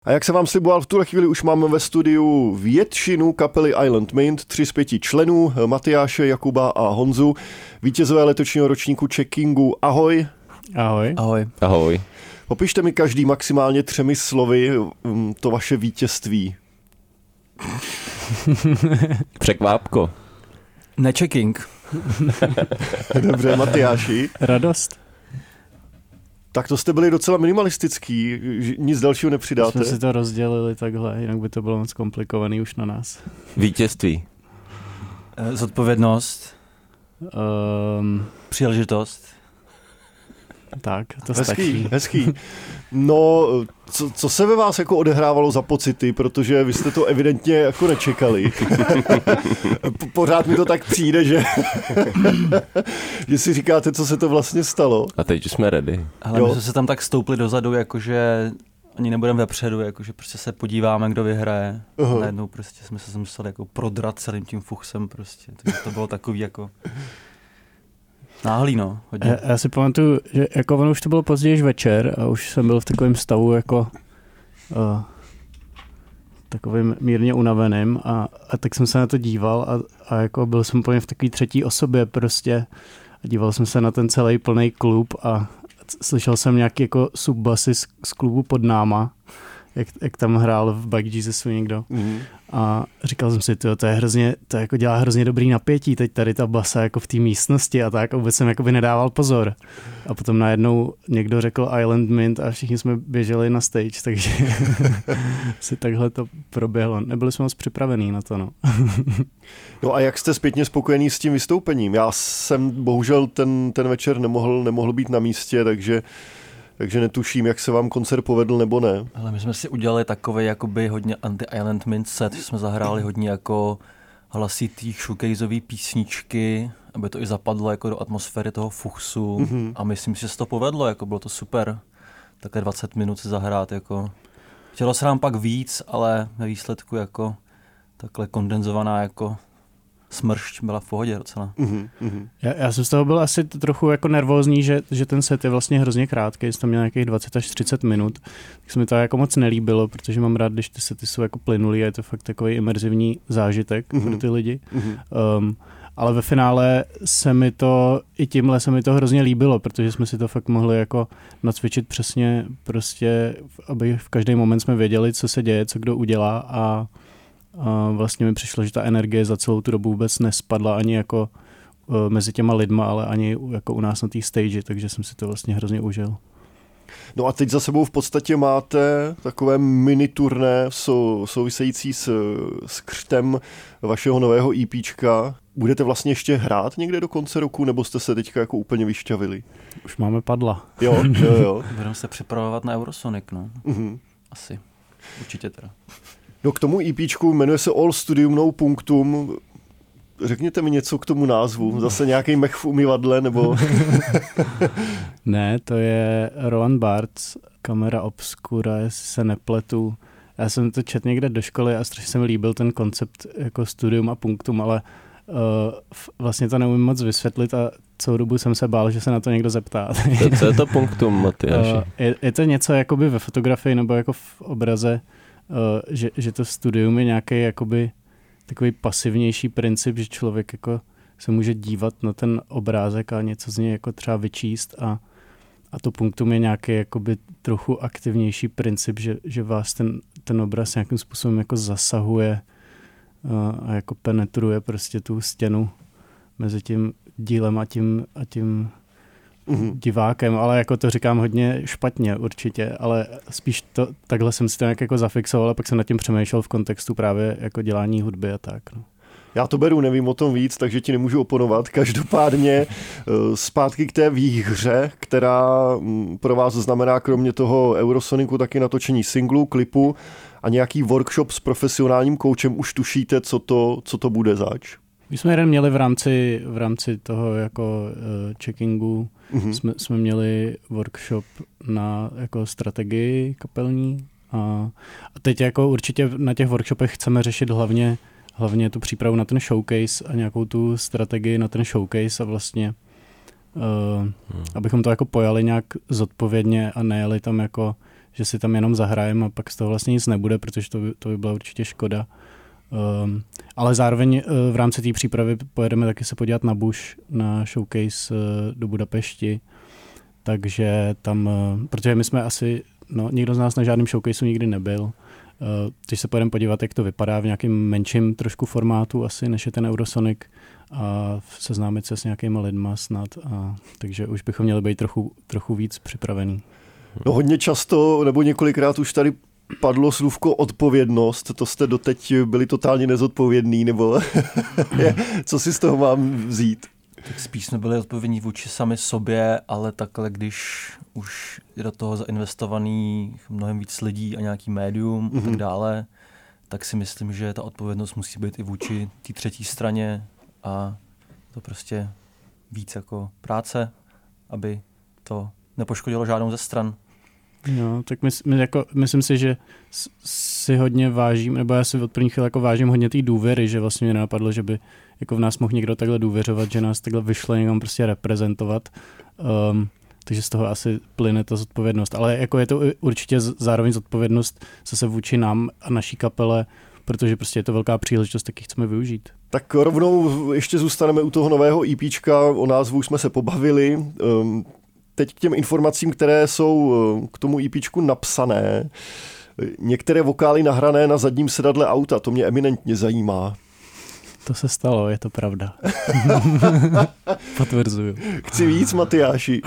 A jak se vám sliboval, v tuhle chvíli už máme ve studiu většinu kapely Island Mint, 3 z 5 členů, Matyáše, Jakuba a Honzu, vítězové letošního ročníku Checkingu. Ahoj. Ahoj. Ahoj. Ahoj. Popište mi každý maximálně 3 slovy to vaše vítězství. Překvápko. Nechecking. Dobře, Matyáši. Radost. Tak to jste byli docela minimalistický, nic dalšího nepřidáte. Jsme si to rozdělili takhle, jinak by to bylo moc komplikovaný už na nás. Vítězství. Zodpovědnost. Příležitost. Tak, to stačí. Hezký. No, co se ve vás jako odehrávalo za pocity, protože vy jste to evidentně jako nečekali. Pořád mi to tak přijde, že si říkáte, co se to vlastně stalo. A teď jsme ready. Ale my jsme se tam tak stoupli dozadu, jakože ani nebudeme vepředu, jakože prostě se podíváme, kdo vyhraje. Uh-huh. Najednou prostě jsme se museli jako prodrat celým tím fuchsem prostě. Takže to bylo takový jako náhlý, no. Hodně. Já si pamatuju, že jako ono už to bylo později večer a už jsem byl v takovém stavu jako takovým mírně unaveným a tak jsem se na to díval a jako byl jsem úplně v takové třetí osobě prostě a díval jsem se na ten celý plný klub a slyšel jsem nějaký jako subbasy z klubu pod náma, jak tam hrál v Bike Jesusu někdo. Mm-hmm. A říkal jsem si, to jako dělá hrozně dobrý napětí, teď tady ta basa jako v té místnosti a tak, a vůbec jsem jakoby nedával pozor. A potom najednou někdo řekl Island Mint a všichni jsme běželi na stage, takže si takhle to proběhlo. Nebyli jsme moc připravení na to, no. No a jak jste zpětně spokojený s tím vystoupením? Já jsem bohužel ten večer nemohl být na místě, takže netuším, jak se vám koncert povedl nebo ne. Ale my jsme si udělali takovej jakoby hodně anti-Island Mint set, že jsme zahráli hodně jako hlasitý shoegazeový písničky, aby to i zapadlo jako do atmosféry toho fuchsu. Mm-hmm. A myslím si, že se to povedlo, jako bylo to super. Takhle 20 minut se zahrát, jako. Chtělo se nám pak víc, ale ve výsledku jako takhle kondenzovaná jako smršť byla v pohodě docela. Mm-hmm. Já jsem z toho byl asi trochu jako nervózní, že ten set je vlastně hrozně krátký, jsem tam měl nějakých 20 až 30 minut, tak se mi to jako moc nelíbilo, protože mám rád, když ty sety jsou jako plynulý a je to fakt takový imerzivní zážitek pro ty lidi. Ale ve finále tímhle se mi to hrozně líbilo, protože jsme si to fakt mohli jako nacvičit přesně prostě, aby v každý moment jsme věděli, co se děje, co kdo udělá a vlastně mi přišlo, že ta energie za celou tu dobu vůbec nespadla ani jako mezi těma lidma, ale ani jako u nás na té stage, takže jsem si to vlastně hrozně užil. No a teď za sebou v podstatě máte takové mini turné související s křtem vašeho nového EPčka. Budete vlastně ještě hrát někde do konce roku, nebo jste se teďka jako úplně vyšťavili? Už máme padla. Jo. Budeme se připravovat na Eurosonic, no. Mm-hmm. Asi. Určitě teda. No k tomu EPčku jmenuje se All Studium No Punctum. Řekněte mi něco k tomu názvu. Zase nějaký mech v umyvadle, nebo... Ne, to je Roland Barthes, Camera Obscura, jestli se nepletu. Já jsem to četl někde do školy a strašně se mi líbil ten koncept jako studium a punktum, ale vlastně to neumím moc vysvětlit a celou dobu jsem se bál, že se na to někdo zeptá. Co je to punktum, Matyáši? Je to něco jakoby ve fotografii nebo jako v obraze, že to studium je nějaký jakoby takový pasivnější princip, že člověk jako se může dívat na ten obrázek a něco z něj jako třeba vyčíst a to punktum je nějaký jakoby trochu aktivnější princip, že vás ten obraz nějakým způsobem jako zasahuje a jako penetruje prostě tu stěnu mezi tím dílem a tím divákem, ale jako to říkám hodně špatně určitě, ale spíš takhle jsem si to nějak jako zafixoval a pak jsem nad tím přemýšlel v kontextu právě jako dělání hudby a tak. No. Já to beru, nevím o tom víc, takže ti nemůžu oponovat. Každopádně zpátky k té výhře, která pro vás znamená kromě toho Eurosonicu taky natočení singlu, klipu a nějaký workshop s profesionálním koučem. Už tušíte, co to bude zač? My jsme jeden měli v rámci toho jako checkingu, jsme měli workshop na jako strategii kapelní a teď jako určitě na těch workshopech chceme řešit hlavně tu přípravu na ten showcase a nějakou tu strategii na ten showcase a vlastně abychom to jako pojali nějak zodpovědně a nejeli tam jako, že si tam jenom zahrajeme a pak z toho vlastně nic nebude, protože to by byla určitě škoda. Ale zároveň v rámci té přípravy pojedeme taky se podívat na Bush, na showcase do Budapešti, takže tam, protože my jsme asi, nikdo z nás na žádném showcaseu nikdy nebyl, když se pojedeme podívat, jak to vypadá v nějakém menším trošku formátu asi, než je ten Eurosonic, a seznámit se s nějakýma lidma snad, takže už bychom měli být trochu víc připravený. No hodně často, nebo několikrát už tady padlo slůvko odpovědnost, to jste doteď byli totálně nezodpovědný, nebo co si z toho mám vzít? Tak spíš jsme byli odpovědní vůči sami sobě, ale takhle, když už je do toho zainvestovaný mnohem víc lidí a nějaký médium a tak dále, tak si myslím, že ta odpovědnost musí být i vůči té třetí straně a to prostě víc jako práce, aby to nepoškodilo žádnou ze stran. No, tak myslím si, že si hodně vážím, nebo já si od první chvíle jako vážím hodně té důvěry, že vlastně mě napadlo, že by jako v nás mohl někdo takhle důvěřovat, že nás takhle vyšle někam prostě reprezentovat. Takže z toho asi plyne ta zodpovědnost. Ale jako je to určitě zároveň zodpovědnost zase vůči nám a naší kapele, protože prostě je to velká příležitost, taky chceme využít. Tak rovnou ještě zůstaneme u toho nového EPčka, o názvu už jsme se pobavili. Teď k těm informacím, které jsou k tomu EPčku napsané. Některé vokály nahrané na zadním sedadle auta, to mě eminentně zajímá. To se stalo, je to pravda. Potvrzuju. Chci víc, Matyáši.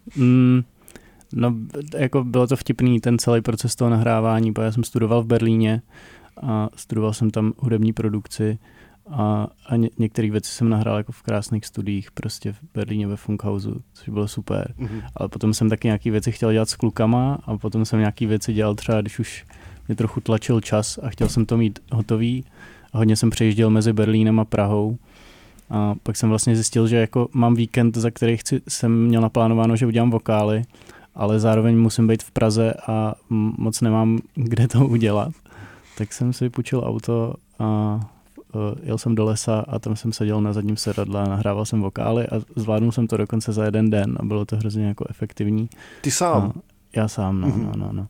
No, jako bylo to vtipný, ten celý proces toho nahrávání, protože já jsem studoval v Berlíně a studoval jsem tam hudební produkci a některé věci jsem nahrál jako v krásných studiích, prostě v Berlíně ve Funkhausu, což bylo super. Ale potom jsem taky nějaké věci chtěl dělat s klukama a potom jsem nějaké věci dělal třeba, když už mě trochu tlačil čas a chtěl jsem to mít hotový. A hodně jsem přejížděl mezi Berlínem a Prahou. A pak jsem vlastně zjistil, že jako mám víkend, za který jsem měl naplánováno, že udělám vokály, ale zároveň musím být v Praze a moc nemám kde to udělat. Tak jsem si půjčil auto a jel jsem do lesa a tam jsem seděl na zadním sedadle a nahrával jsem vokály a zvládnul jsem to dokonce za jeden den a bylo to hrozně jako efektivní. Ty sám? Já sám, no.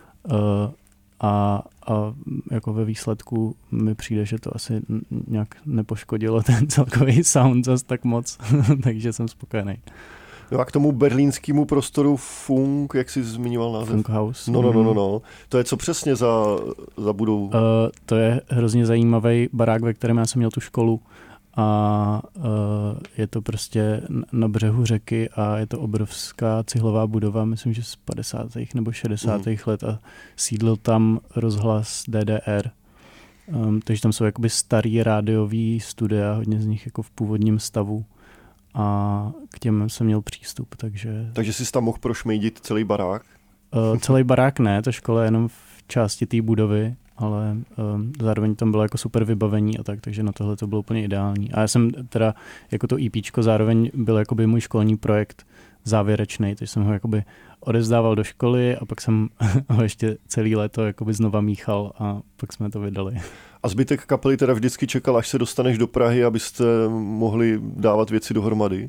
A jako ve výsledku mi přijde, že to asi nějak nepoškodilo ten celkový sound zas tak moc, takže jsem spokojený. No a k tomu berlínskému prostoru Funk, jak jsi zmiňoval název? Funkhaus. No. To je co přesně za budou? To je hrozně zajímavý barák, ve kterém já jsem měl tu školu a je to prostě na břehu řeky a je to obrovská cihlová budova, myslím, že z 50. nebo 60. let a sídlil tam rozhlas DDR. Takže tam jsou jakoby starý rádiový studia, hodně z nich jako v původním stavu a k těm jsem měl přístup, takže... Takže jsi tam mohl prošmejdit celý barák? Celý barák ne, ta škola je jenom v části té budovy, ale zároveň tam bylo jako super vybavení a tak, takže na tohle to bylo úplně ideální. A já jsem teda jako to EPčko zároveň byl jakoby můj školní projekt závěrečný, takže jsem ho jakoby odevzdával do školy a pak jsem ho ještě celý léto jakoby znova míchal a pak jsme to vydali. A zbytek kapely teda vždycky čekal, až se dostaneš do Prahy, abyste mohli dávat věci dohromady?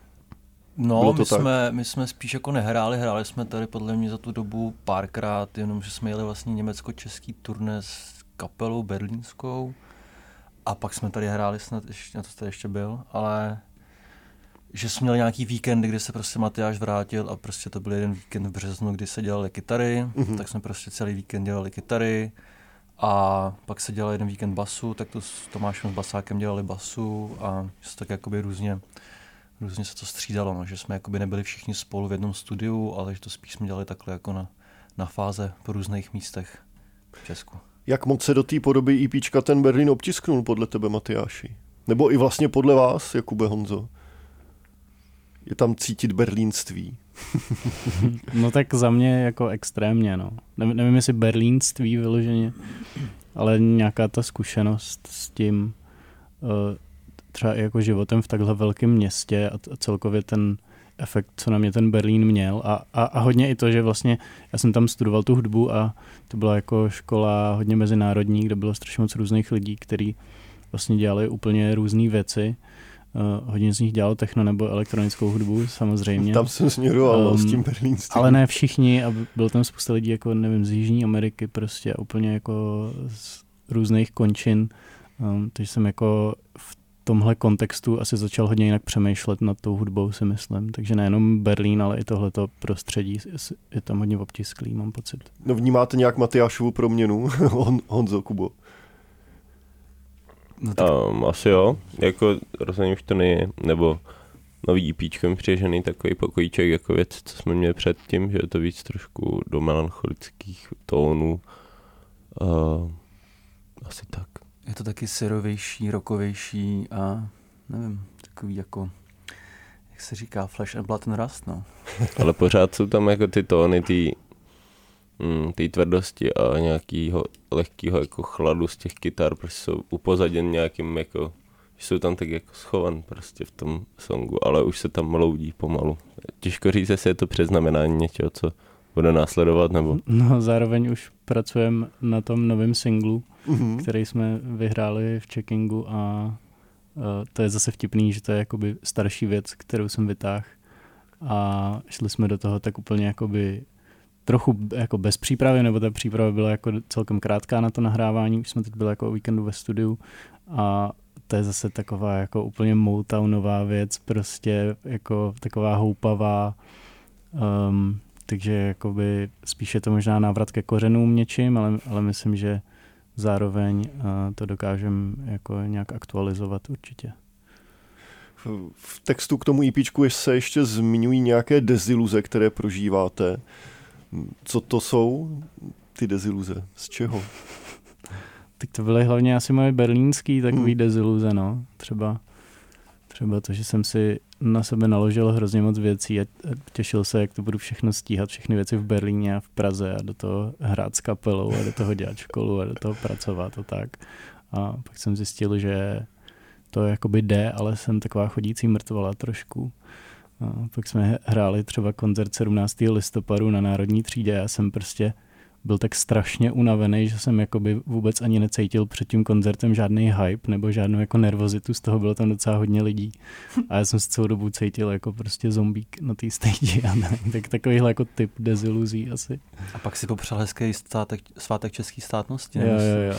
No, my jsme spíš jako hráli jsme tady podle mě za tu dobu párkrát, jenom že jsme jeli vlastně německo-český turné s kapelou berlínskou a pak jsme tady hráli snad, na to jste ještě byl, ale že jsme měli nějaký víkend, kdy se prostě Matyáš vrátil a prostě to byl jeden víkend v březnu, kdy se dělaly kytary, tak jsme prostě celý víkend dělali kytary a pak se dělal jeden víkend basu, tak to s Tomášem s basákem dělali basu a se tak jakoby různě se to střídalo, no, že jsme jakoby nebyli všichni spolu v jednom studiu, ale že to spíš jsme dělali takhle jako na fáze po různých místech v Česku. Jak moc se do té podoby EPčka ten Berlín obtisknul podle tebe, Matyáši? Nebo i vlastně podle vás, Jakube, Honzo? Je tam cítit berlínství? No tak za mě jako extrémně, no. Nevím, jestli berlínství vyloženě, ale nějaká ta zkušenost s tím třeba i jako životem v takhle velkém městě a celkově ten efekt, co na mě ten Berlín měl a hodně i to, že vlastně já jsem tam studoval tu hudbu a to byla jako škola hodně mezinárodní, kde bylo strašně moc různých lidí, kteří vlastně dělali úplně různé věci hodně z nich dělalo techno nebo elektronickou hudbu, samozřejmě. Tam jsem směroval s tím berlínským. Ale ne všichni a bylo tam spousta lidí jako, nevím, z Jižní Ameriky prostě úplně jako z různých končin. Takže jsem jako v tomhle kontextu asi začal hodně jinak přemýšlet nad tou hudbou, si myslím. Takže nejenom Berlín, ale i tohleto prostředí je tam hodně obtisklý, mám pocit. No vnímáte nějak Matyášovu proměnu, Honzo, Kubo? No tak... Asi jo, jako rozhodně už to není, nebo nový EPčko mi přiježený takový pokojíček jako věc, co jsme měli předtím, že je to víc trošku do melancholických tónů. Asi tak. Je to taky syrovější, rockovější a nevím, takový jako, jak se říká, Flesh and Blood and Rust, no. Ale pořád jsou tam jako ty tóny, té tvrdosti a nějakého lehkého jako chladu z těch kytar, prostě jsou upozaděn nějakým jako, jsou tam tak jako schovan prostě v tom songu, ale už se tam loudí pomalu. Těžko říct, jestli je to předznamenání něčeho, co bude následovat, nebo... No, zároveň už pracujeme na tom novém singlu, který jsme vyhráli v checkingu a to je zase vtipný, že to je jakoby starší věc, kterou jsem vytáhl a šli jsme do toho tak úplně jakoby trochu jako bez přípravy, nebo ta příprava byla jako celkem krátká na to nahrávání, už jsme teď byli jako o víkendu ve studiu a to je zase taková jako úplně Motownová věc, prostě jako taková houpavá, takže jakoby spíš je to možná návrat ke kořenům něčím, ale myslím, že zároveň to dokážeme jako nějak aktualizovat určitě. V textu k tomu EPčku se ještě zmiňují nějaké deziluze, které prožíváte. Co to jsou ty deziluze? Z čeho? Tak to byly hlavně asi moje berlínský takový deziluze, no. Třeba to, že jsem si na sebe naložil hrozně moc věcí a těšil se, jak to budu všechno stíhat, všechny věci v Berlíně a v Praze a do toho hrát s kapelou a do toho dělat školu a do toho pracovat a tak. A pak jsem zjistil, že to jakoby jde, ale jsem taková chodící mrtvola trošku. A pak jsme hráli třeba koncert 17. listopadu na Národní třídě a já jsem prostě byl tak strašně unavený, že jsem jakoby vůbec ani necítil před tím koncertem žádný hype nebo žádnou jako nervozitu, z toho bylo tam docela hodně lidí. A já jsem se celou dobu cítil jako prostě zombík na té stage a tak takovýhle jako typ deziluzí asi. A pak si popřál hezký svátek české státnosti. Jo.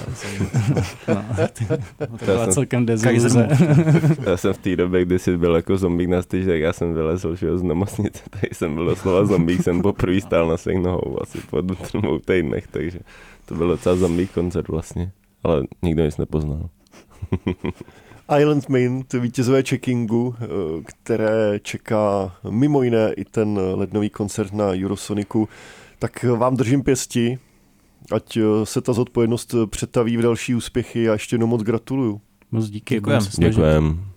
To byla celkem deziluze. Já jsem v té době, kdy jsi byl jako zombík na stage, tak já jsem vylezl z nemocnice, tady jsem byl doslova zombík, jsem poprvé stál na svých nohou asi po 2 týdnech, takže to byl docela zombík koncert vlastně, ale nikdo nic nepoznal. Island Mint, vítězové checkingu, které čeká mimo jiné i ten lednový koncert na Eurosonicu, tak vám držím pěsti, ať se ta zodpovědnost přetaví v další úspěchy a ještě jednou moc gratuluju. Moc díky. Děkujem. Děkujem.